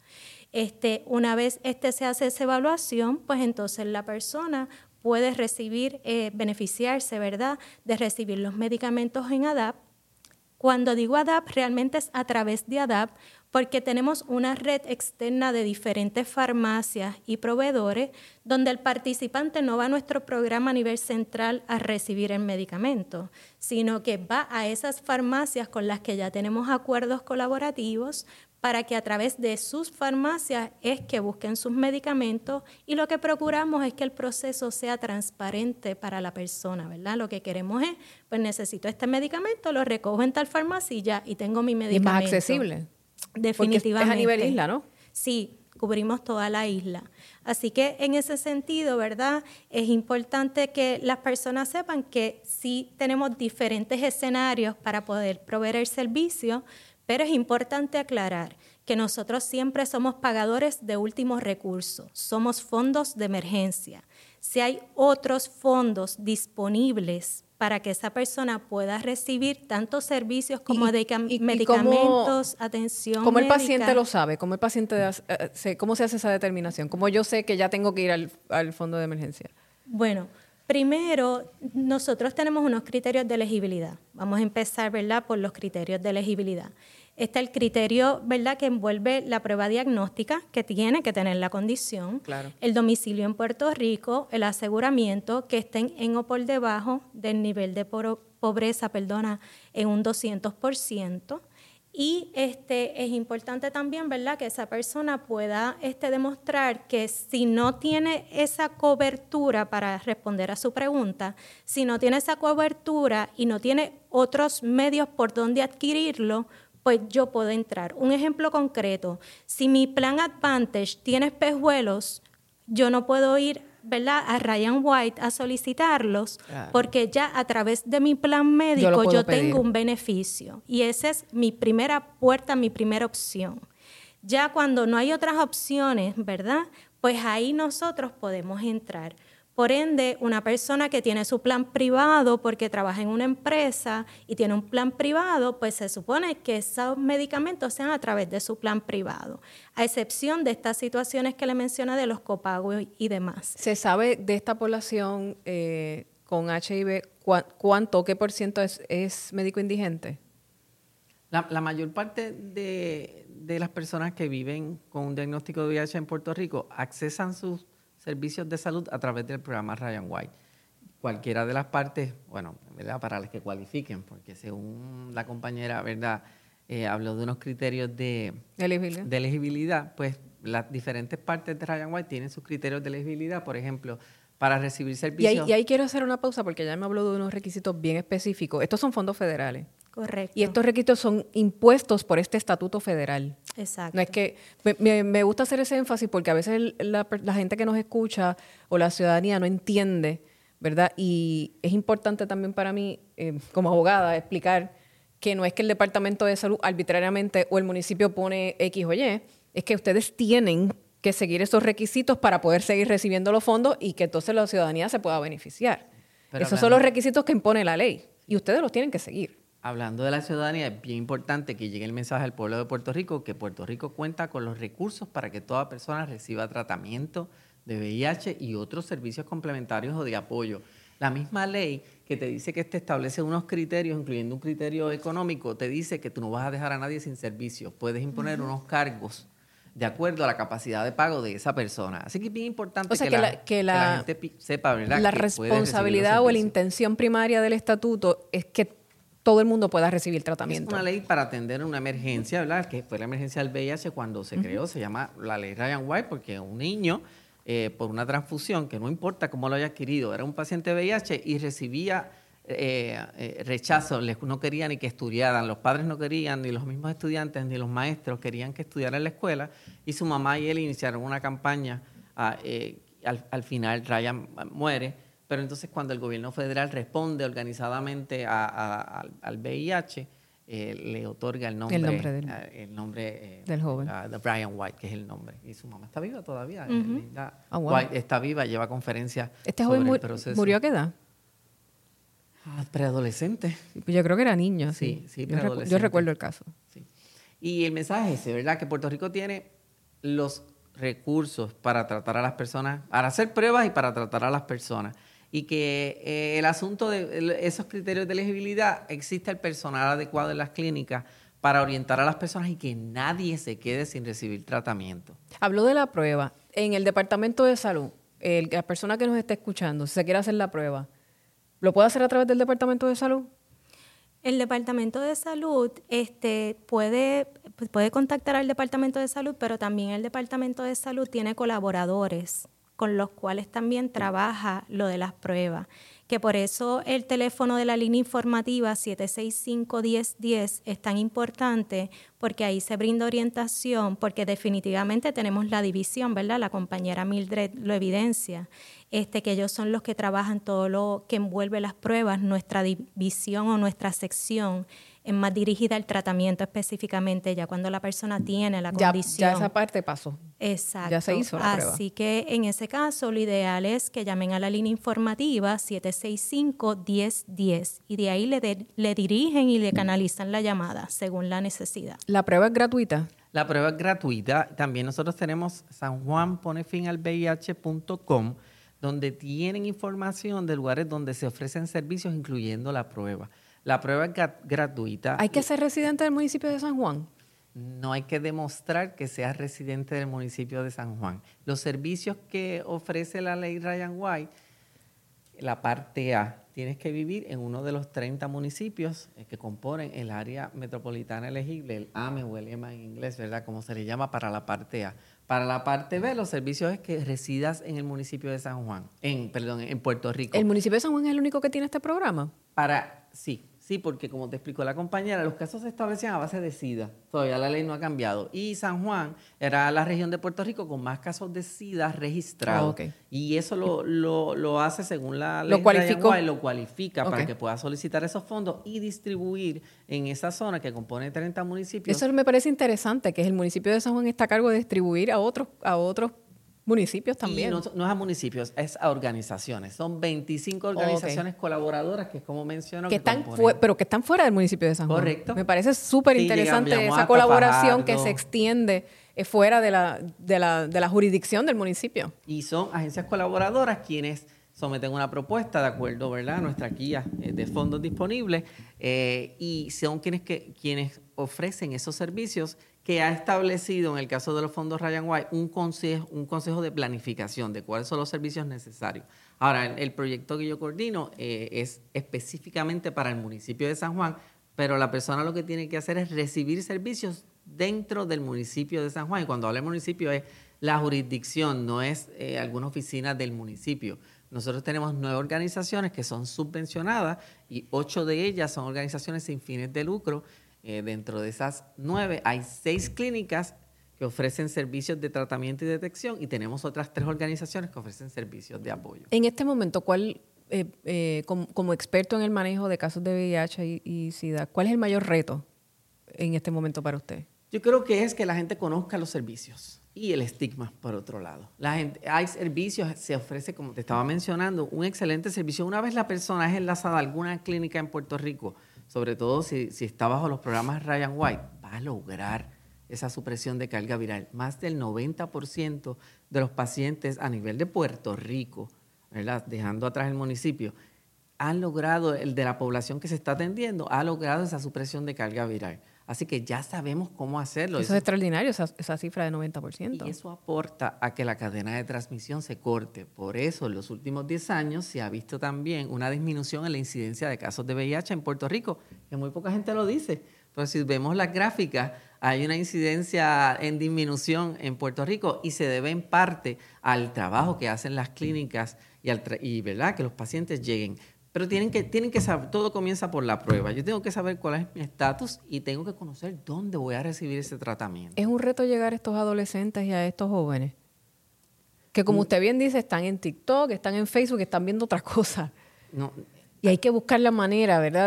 Una vez se hace esa evaluación, pues entonces la persona puede beneficiarse, ¿verdad?, de recibir los medicamentos en ADAP. Cuando digo ADAP, realmente es a través de ADAP, porque tenemos una red externa de diferentes farmacias y proveedores donde el participante no va a nuestro programa a nivel central a recibir el medicamento, sino que va a esas farmacias con las que ya tenemos acuerdos colaborativos para que a través de sus farmacias es que busquen sus medicamentos, y lo que procuramos es que el proceso sea transparente para la persona, ¿verdad? Lo que queremos es, pues necesito este medicamento, lo recojo en tal farmacia y ya, y tengo mi medicamento. Y más accesible. Definitivamente. Porque es a nivel isla, ¿no? Sí, cubrimos toda la isla. Así que en ese sentido, ¿verdad?, es importante que las personas sepan que sí tenemos diferentes escenarios para poder proveer el servicio, pero es importante aclarar que nosotros siempre somos pagadores de último recurso, somos fondos de emergencia. Si hay otros fondos disponibles para que esa persona pueda recibir tantos servicios como medicamentos, atención ¿Cómo el médica. paciente lo sabe? ¿Cómo el paciente cómo se hace esa determinación? ¿Cómo yo sé que ya tengo que ir al fondo de emergencia? Bueno, primero, nosotros tenemos unos criterios de elegibilidad. Vamos a empezar, ¿verdad?, por los criterios de elegibilidad. Está el criterio, ¿verdad?, que envuelve la prueba diagnóstica que tiene que tener la condición, claro, el domicilio en Puerto Rico, el aseguramiento, que estén en o por debajo del nivel de pobreza, en un 200%. Y es importante también, ¿verdad?, que esa persona pueda demostrar que si no tiene esa cobertura, para responder a su pregunta, si no tiene esa cobertura y no tiene otros medios por donde adquirirlo, pues yo puedo entrar. Un ejemplo concreto, si mi plan Advantage tiene espejuelos, yo no puedo ir, ¿verdad?, a Ryan White a solicitarlos, claro, porque ya a través de mi plan médico yo tengo un beneficio, y esa es mi primera puerta, mi primera opción. Ya cuando no hay otras opciones, ¿verdad?, pues ahí nosotros podemos entrar. Por ende, una persona que tiene su plan privado porque trabaja en una empresa y tiene un plan privado, pues se supone que esos medicamentos sean a través de su plan privado, a excepción de estas situaciones que le mencioné de los copagos y demás. ¿Se sabe de esta población con HIV qué por ciento es médico indigente? La mayor parte de las personas que viven con un diagnóstico de VIH en Puerto Rico accesan sus servicios de salud a través del programa Ryan White. Cualquiera de las partes, bueno, ¿verdad?, para las que cualifiquen, porque según la compañera, ¿verdad?, habló de unos criterios de elegibilidad, pues las diferentes partes de Ryan White tienen sus criterios de elegibilidad. Por ejemplo, para recibir servicios... Y ahí quiero hacer una pausa porque ya me habló de unos requisitos bien específicos. Estos son fondos federales. Correcto. Y estos requisitos son impuestos por este estatuto federal. Exacto. No es que me gusta hacer ese énfasis porque a veces la gente que nos escucha o la ciudadanía no entiende, ¿verdad? Y es importante también para mí, como abogada, explicar que no es que el Departamento de Salud arbitrariamente o el municipio pone X o Y, es que ustedes tienen que seguir esos requisitos para poder seguir recibiendo los fondos y que entonces la ciudadanía se pueda beneficiar. Esos son los requisitos que impone la ley y ustedes los tienen que seguir. Hablando de la ciudadanía, es bien importante que llegue el mensaje al pueblo de Puerto Rico que Puerto Rico cuenta con los recursos para que toda persona reciba tratamiento de VIH y otros servicios complementarios o de apoyo. La misma ley que te dice que te establece unos criterios, incluyendo un criterio económico, te dice que tú no vas a dejar a nadie sin servicio. Puedes imponer unos cargos de acuerdo a la capacidad de pago de esa persona. Así que es bien importante que la gente sepa, ¿verdad? La que responsabilidad o la intención primaria del estatuto es que todo el mundo pueda recibir tratamiento. Es una ley para atender una emergencia, ¿verdad? Que fue la emergencia del VIH cuando se creó, se llama la ley Ryan White, porque un niño, por una transfusión, que no importa cómo lo haya adquirido, era un paciente de VIH y recibía rechazo, no querían ni que estudiaran, los padres no querían, ni los mismos estudiantes, ni los maestros querían que estudiara en la escuela, y su mamá y él iniciaron una campaña, al final Ryan muere, pero entonces cuando el gobierno federal responde organizadamente al VIH, le otorga el nombre del joven, de Brian White, que es el nombre, y su mamá está viva todavía. Wow. White está viva, lleva conferencias ¿Este sobre joven el proceso. murió a qué edad? Preadolescente. Yo creo que era niño. Sí, preadolescente. Yo recuerdo el caso. Sí. Y el mensaje es ese, ¿verdad? Que Puerto Rico tiene los recursos para tratar a las personas, para hacer pruebas y para tratar a las personas. Y que el asunto de esos criterios de elegibilidad, existe el personal adecuado en las clínicas para orientar a las personas y que nadie se quede sin recibir tratamiento. Habló de la prueba. En el Departamento de Salud, la persona que nos está escuchando, si se quiere hacer la prueba, ¿lo puede hacer a través del Departamento de Salud? El Departamento de Salud puede contactar al Departamento de Salud, pero también el Departamento de Salud tiene colaboradores con los cuales también trabaja lo de las pruebas, que por eso el teléfono de la línea informativa 765-1010 es tan importante, porque ahí se brinda orientación, porque definitivamente tenemos la división, ¿verdad? La compañera Mildred lo evidencia, que ellos son los que trabajan todo lo que envuelve las pruebas. Nuestra división o nuestra sección es más dirigida al tratamiento específicamente, ya cuando la persona tiene la condición. Ya esa parte pasó. Exacto. Ya se hizo la prueba. Así que en ese caso lo ideal es que llamen a la línea informativa 765-1010 y de ahí le dirigen y le canalizan la llamada según la necesidad. ¿La prueba es gratuita? La prueba es gratuita. También nosotros tenemos sanjuanponefinalvih.com, donde tienen información de lugares donde se ofrecen servicios, incluyendo la prueba. La prueba es gratuita. ¿Hay que ser residente del municipio de San Juan? No hay que demostrar que seas residente del municipio de San Juan. Los servicios que ofrece la ley Ryan White, la parte A, tienes que vivir en uno de los 30 municipios que componen el área metropolitana elegible, el AME o el EMA en inglés, ¿verdad? Como se le llama para la parte A. Para la parte B, los servicios es que residas en el municipio de San Juan, en Puerto Rico. ¿El municipio de San Juan es el único que tiene este programa? Sí, porque como te explicó la compañera, los casos se establecían a base de SIDA. Todavía la ley no ha cambiado. Y San Juan era la región de Puerto Rico con más casos de SIDA registrados. Okay. Y eso lo hace según la ley. Lo cualifica para que pueda solicitar esos fondos y distribuir en esa zona que compone 30 municipios. Eso me parece interesante, que el municipio de San Juan está a cargo de distribuir a otros municipios también. Y no es a municipios, es a organizaciones. Son 25 organizaciones colaboradoras que, como menciono, pero que están fuera del municipio de San Juan. Correcto. Me parece súper interesante esa colaboración que se extiende fuera de la jurisdicción del municipio. Y son agencias colaboradoras quienes someten una propuesta de acuerdo, ¿verdad?, a nuestra guía de fondos disponibles y son quienes ofrecen esos servicios que ha establecido, en el caso de los fondos Ryan White, un consejo de planificación de cuáles son los servicios necesarios. Ahora, el proyecto que yo coordino es específicamente para el municipio de San Juan, pero la persona lo que tiene que hacer es recibir servicios dentro del municipio de San Juan. Y cuando hablo de municipio es la jurisdicción, no es alguna oficina del municipio. Nosotros tenemos 9 organizaciones que son subvencionadas y 8 de ellas son organizaciones sin fines de lucro. Dentro de esas 9 hay 6 clínicas que ofrecen servicios de tratamiento y detección y tenemos otras 3 organizaciones que ofrecen servicios de apoyo. En este momento, ¿cuál como experto en el manejo de casos de VIH y SIDA, ¿cuál es el mayor reto en este momento para usted? Yo creo que es que la gente conozca los servicios y el estigma, por otro lado. Hay servicios, se ofrece, como te estaba mencionando, un excelente servicio. Una vez la persona es enlazada a alguna clínica en Puerto Rico, sobre todo si está bajo los programas Ryan White, va a lograr esa supresión de carga viral. Más del 90% de los pacientes a nivel de Puerto Rico, ¿verdad?, dejando atrás el municipio, han logrado, el de la población que se está atendiendo, ha logrado esa supresión de carga viral. Así que ya sabemos cómo hacerlo. Eso es extraordinario, esa cifra de 90%. Y eso aporta a que la cadena de transmisión se corte. Por eso, en los últimos 10 años se ha visto también una disminución en la incidencia de casos de VIH en Puerto Rico, que muy poca gente lo dice. Pero si vemos las gráficas, hay una incidencia en disminución en Puerto Rico y se debe en parte al trabajo que hacen las clínicas y ¿verdad?, que los pacientes lleguen. Pero tienen que saber, todo comienza por la prueba. Yo tengo que saber cuál es mi estatus y tengo que conocer dónde voy a recibir ese tratamiento. Es un reto llegar a estos adolescentes y a estos jóvenes, que como usted bien dice, están en TikTok, están en Facebook, están viendo otras cosas. No, y hay que buscar la manera, ¿verdad?,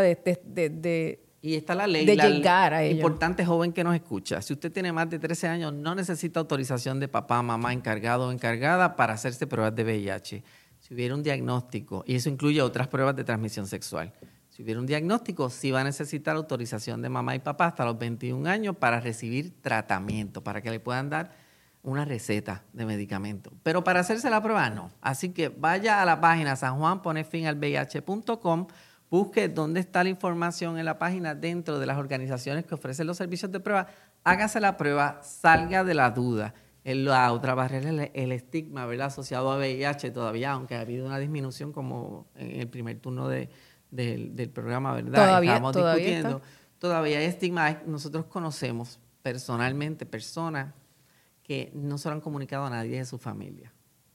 y está la ley, de llegar a ellos. Importante joven que nos escucha. Si usted tiene más de 13 años, no necesita autorización de papá, mamá, encargado o encargada para hacerse pruebas de VIH. Si hubiera un diagnóstico, y eso incluye otras pruebas de transmisión sexual, si hubiera un diagnóstico, sí va a necesitar autorización de mamá y papá hasta los 21 años para recibir tratamiento, para que le puedan dar una receta de medicamento. Pero para hacerse la prueba, no. Así que vaya a la página sanjuanponefinalvih.com, busque dónde está la información en la página dentro de las organizaciones que ofrecen los servicios de prueba, hágase la prueba, salga de la duda. La otra barrera es el estigma, ¿verdad?, asociado a VIH todavía, aunque ha habido una disminución como en el primer turno del programa, ¿verdad? Estábamos discutiendo. Todavía hay estigma. Nosotros conocemos personalmente personas que no se lo han comunicado a nadie de su familia.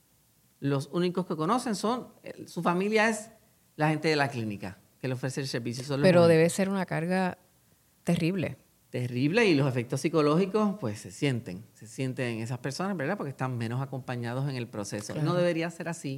Los únicos que conocen su familia es la gente de la clínica que le ofrece el servicio. Pero debe ser una carga terrible. Terrible, y los efectos psicológicos pues se sienten esas personas, ¿verdad?, porque están menos acompañados en el proceso. Claro. No debería ser así,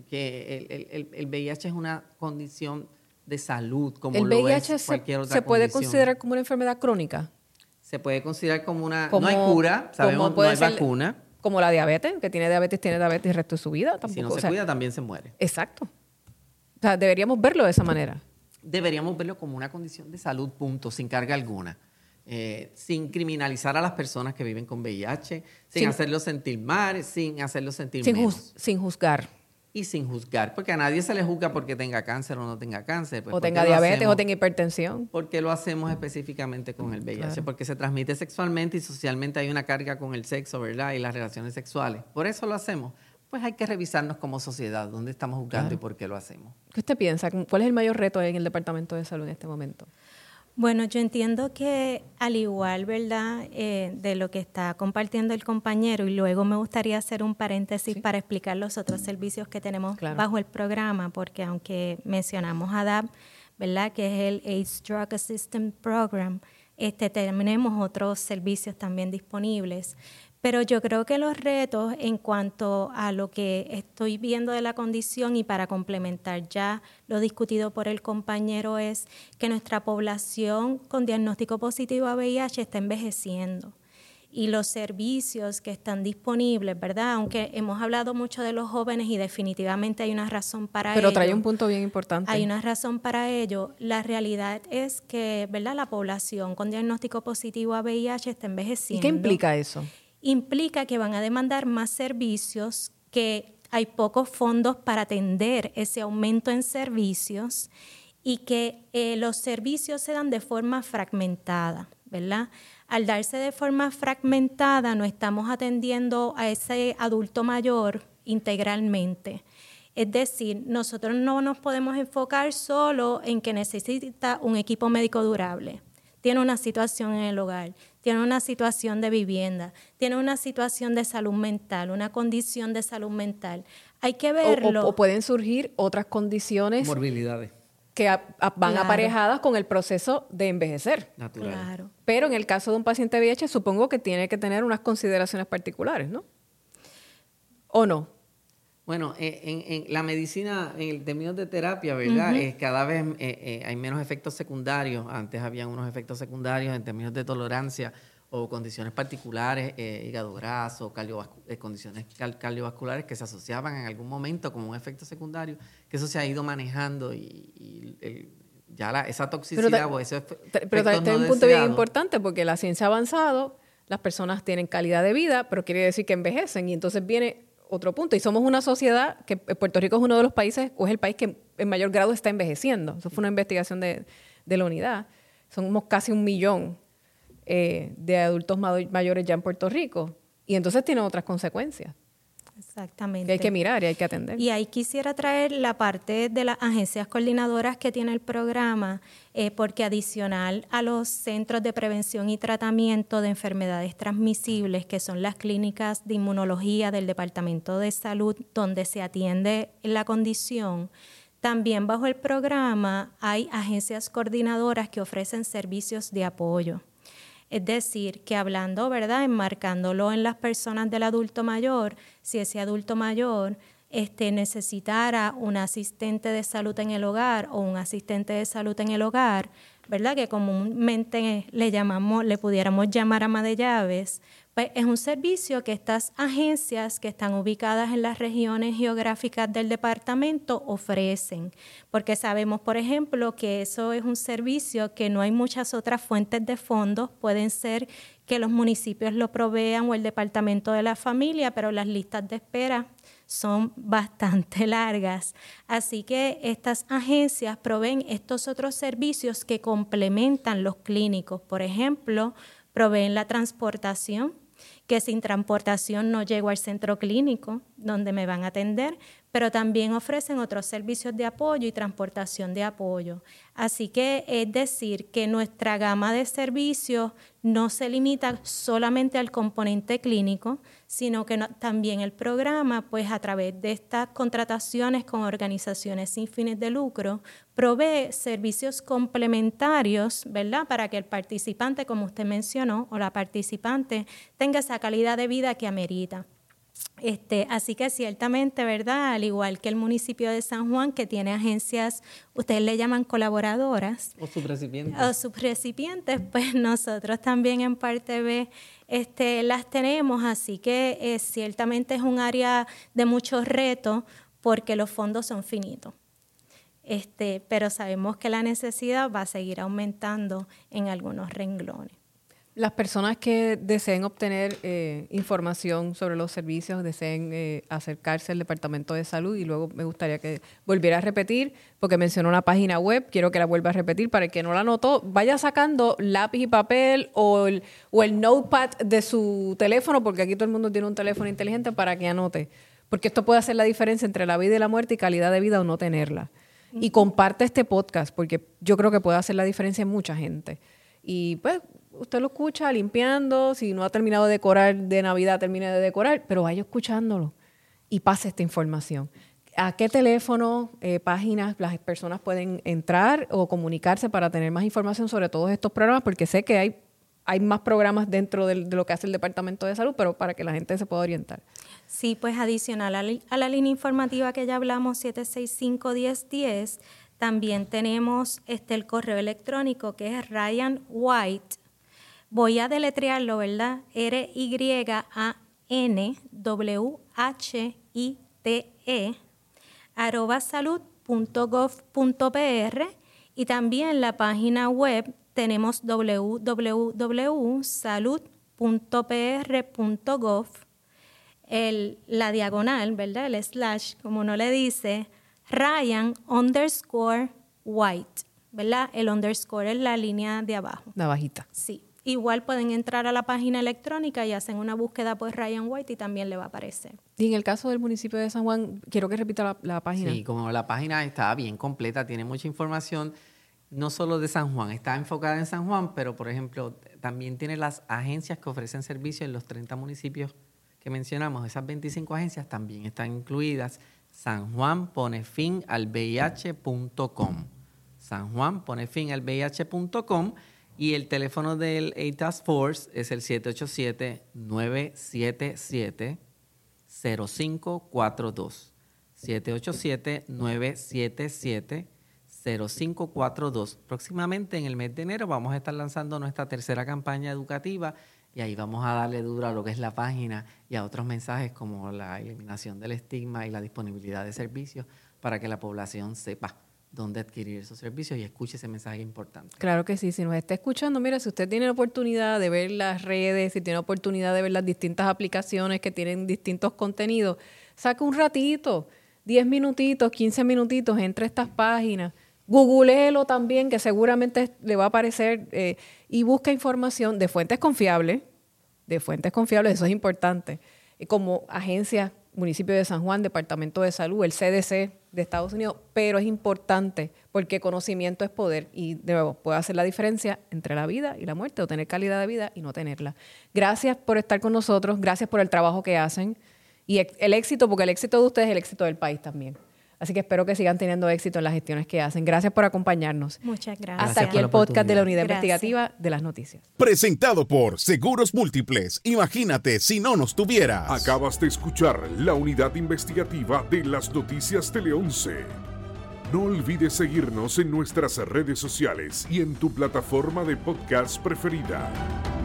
porque el VIH es una condición de salud, como lo es cualquier otra condición. ¿El VIH se puede considerar como una enfermedad crónica? Se puede considerar como una... No hay cura, sabemos, no hay vacuna. Como la diabetes, que tiene diabetes el resto de su vida. Tampoco, si no se cuida, también se muere. Exacto. O sea, deberíamos verlo de esa manera. Deberíamos verlo como una condición de salud, punto, sin carga alguna. Sin criminalizar a las personas que viven con VIH, sin hacerlos sentir mal, sin hacerlos sentir menos. Sin juzgar. Y sin juzgar, porque a nadie se le juzga porque tenga cáncer o no tenga cáncer. Pues o tenga diabetes o tenga hipertensión. Porque lo hacemos específicamente con el VIH, claro. Porque se transmite sexualmente y socialmente hay una carga con el sexo, ¿verdad?, y las relaciones sexuales. Por eso lo hacemos. Pues hay que revisarnos como sociedad, dónde estamos juzgando, claro, y por qué lo hacemos. ¿Qué usted piensa? ¿Cuál es el mayor reto en el Departamento de Salud en este momento? Bueno, yo entiendo que al igual, ¿verdad?, de lo que está compartiendo el compañero, y luego me gustaría hacer un paréntesis para explicar los otros servicios que tenemos bajo el programa, porque aunque mencionamos ADAP, ¿verdad?, que es el AIDS Drug Assistance Program, tenemos otros servicios también disponibles. Pero yo creo que los retos en cuanto a lo que estoy viendo de la condición, y para complementar ya lo discutido por el compañero, es que nuestra población con diagnóstico positivo a VIH está envejeciendo. Y los servicios que están disponibles, ¿verdad?, aunque hemos hablado mucho de los jóvenes y definitivamente hay una razón para ello. Pero trae un punto bien importante. Hay una razón para ello. La realidad es que, ¿verdad?, la población con diagnóstico positivo a VIH está envejeciendo. ¿Y qué implica eso? Implica que van a demandar más servicios, que hay pocos fondos para atender ese aumento en servicios y que los servicios se dan de forma fragmentada, ¿verdad? Al darse de forma fragmentada, no estamos atendiendo a ese adulto mayor integralmente. Es decir, nosotros no nos podemos enfocar solo en que necesita un equipo médico durable. Tiene una situación en el hogar, tiene una situación de vivienda, tiene una situación de salud mental, una condición de salud mental. Hay que verlo. O pueden surgir otras condiciones. Morbilidades. Que van aparejadas con el proceso de envejecer. Natural. Claro. Pero en el caso de un paciente VIH, supongo que tiene que tener unas consideraciones particulares, ¿no? ¿O no? Bueno, en la medicina, en términos de terapia, ¿verdad? Cada vez hay menos efectos secundarios. Antes habían unos efectos secundarios en términos de tolerancia o condiciones particulares, hígado graso, condiciones cardiovasculares que se asociaban en algún momento como un efecto secundario, que eso se ha ido manejando esa toxicidad o ese efecto Pero este es un punto bien importante porque la ciencia ha avanzado, las personas tienen calidad de vida, pero quiere decir que envejecen y entonces viene otro punto. Y somos una sociedad que Puerto Rico es uno de los países, o es el país que en mayor grado está envejeciendo. Eso fue una investigación de la unidad. Somos casi 1 millón de adultos mayores ya en Puerto Rico. Y entonces tienen otras consecuencias. Exactamente. Que hay que mirar y hay que atender. Y ahí quisiera traer la parte de las agencias coordinadoras que tiene el programa, porque adicional a los centros de prevención y tratamiento de enfermedades transmisibles, que son las clínicas de inmunología del Departamento de Salud, donde se atiende la condición, también bajo el programa hay agencias coordinadoras que ofrecen servicios de apoyo. Es decir, que hablando, ¿verdad?, enmarcándolo en las personas del adulto mayor, si ese adulto mayor necesitara un asistente de salud en el hogar o un asistente de salud en el hogar, ¿verdad?, que comúnmente le pudiéramos llamar ama de llaves, pues es un servicio que estas agencias que están ubicadas en las regiones geográficas del departamento ofrecen, porque sabemos, por ejemplo, que eso es un servicio que no hay muchas otras fuentes de fondos. Pueden ser que los municipios lo provean o el departamento de la familia, pero las listas de espera son bastante largas. Así que estas agencias proveen estos otros servicios que complementan los clínicos. Por ejemplo, proveen la transportación, que sin transportación no llego al centro clínico donde me van a atender, pero también ofrecen otros servicios de apoyo y transportación de apoyo. Así que es decir que nuestra gama de servicios no se limita solamente al componente clínico, sino que también el programa, pues a través de estas contrataciones con organizaciones sin fines de lucro, provee servicios complementarios, ¿verdad?, para que el participante, como usted mencionó, o la participante, tenga esa calidad de vida que amerita. Así que ciertamente, ¿verdad?, al igual que el municipio de San Juan, que tiene agencias, ustedes le llaman colaboradoras. O subrecipientes. O subrecipientes, pues nosotros también en Parte B las tenemos, así que ciertamente es un área de muchos retos porque los fondos son finitos. Pero sabemos que la necesidad va a seguir aumentando en algunos renglones. Las personas que deseen obtener información sobre los servicios, deseen acercarse al Departamento de Salud, y luego me gustaría que volviera a repetir, porque mencionó una página web, quiero que la vuelva a repetir para el que no la anotó, vaya sacando lápiz y papel o el notepad de su teléfono, porque aquí todo el mundo tiene un teléfono inteligente, para que anote, porque esto puede hacer la diferencia entre la vida y la muerte y calidad de vida o no tenerla. Y comparte este podcast, porque yo creo que puede hacer la diferencia en mucha gente. Y pues usted lo escucha limpiando, si no ha terminado de decorar de Navidad, termine de decorar, pero vaya escuchándolo y pase esta información. ¿A qué teléfono, páginas las personas pueden entrar o comunicarse para tener más información sobre todos estos programas? Porque sé que hay más programas dentro de lo que hace el Departamento de Salud, pero para que la gente se pueda orientar. Sí, pues adicional a la línea informativa que ya hablamos, 765-1010, también tenemos el correo electrónico, que es Ryan White. Voy a deletrearlo, ¿verdad? RYANWHITE @salud.gov.pr, y también la página web tenemos www.salud.pr.gov, la diagonal, ¿verdad?, el slash, como uno le dice, Ryan_White, ¿verdad? El underscore es la línea de abajo. La bajita. Sí. Igual pueden entrar a la página electrónica y hacen una búsqueda por Ryan White y también le va a aparecer. Y en el caso del municipio de San Juan, quiero que repita la página. Sí, como la página está bien completa, tiene mucha información, no solo de San Juan, está enfocada en San Juan, pero por ejemplo, también tiene las agencias que ofrecen servicios en los 30 municipios que mencionamos. Esas 25 agencias también están incluidas. sanjuanponefinalvih.com. sanjuanponefinalvih.com. Y el teléfono del ATAS Force es el 787-977-0542. 787-977-0542. Próximamente en el mes de enero vamos a estar lanzando nuestra tercera campaña educativa y ahí vamos a darle duro a lo que es la página y a otros mensajes como la eliminación del estigma y la disponibilidad de servicios para que la población sepa dónde adquirir esos servicios y escuche ese mensaje importante. Claro que sí, si nos está escuchando, mira, si usted tiene la oportunidad de ver las redes, si tiene la oportunidad de ver las distintas aplicaciones que tienen distintos contenidos, saca un ratito, 10 minutitos, 15 minutitos, entre estas páginas, googleelo también, que seguramente le va a aparecer, y busca información de fuentes confiables, eso es importante, como agencias, municipio de San Juan, Departamento de Salud, el CDC de Estados Unidos, pero es importante porque conocimiento es poder y de nuevo puede hacer la diferencia entre la vida y la muerte, o tener calidad de vida y no tenerla. Gracias por estar con nosotros, gracias por el trabajo que hacen y el éxito, porque el éxito de ustedes es el éxito del país también. Así que espero que sigan teniendo éxito en las gestiones que hacen. Gracias por acompañarnos. Muchas gracias. Hasta aquí el podcast de la Unidad Investigativa de las Noticias. Presentado por Seguros Múltiples. Imagínate si no nos tuvieras. Acabas de escuchar la Unidad Investigativa de las Noticias Tele 11. No olvides seguirnos en nuestras redes sociales y en tu plataforma de podcast preferida.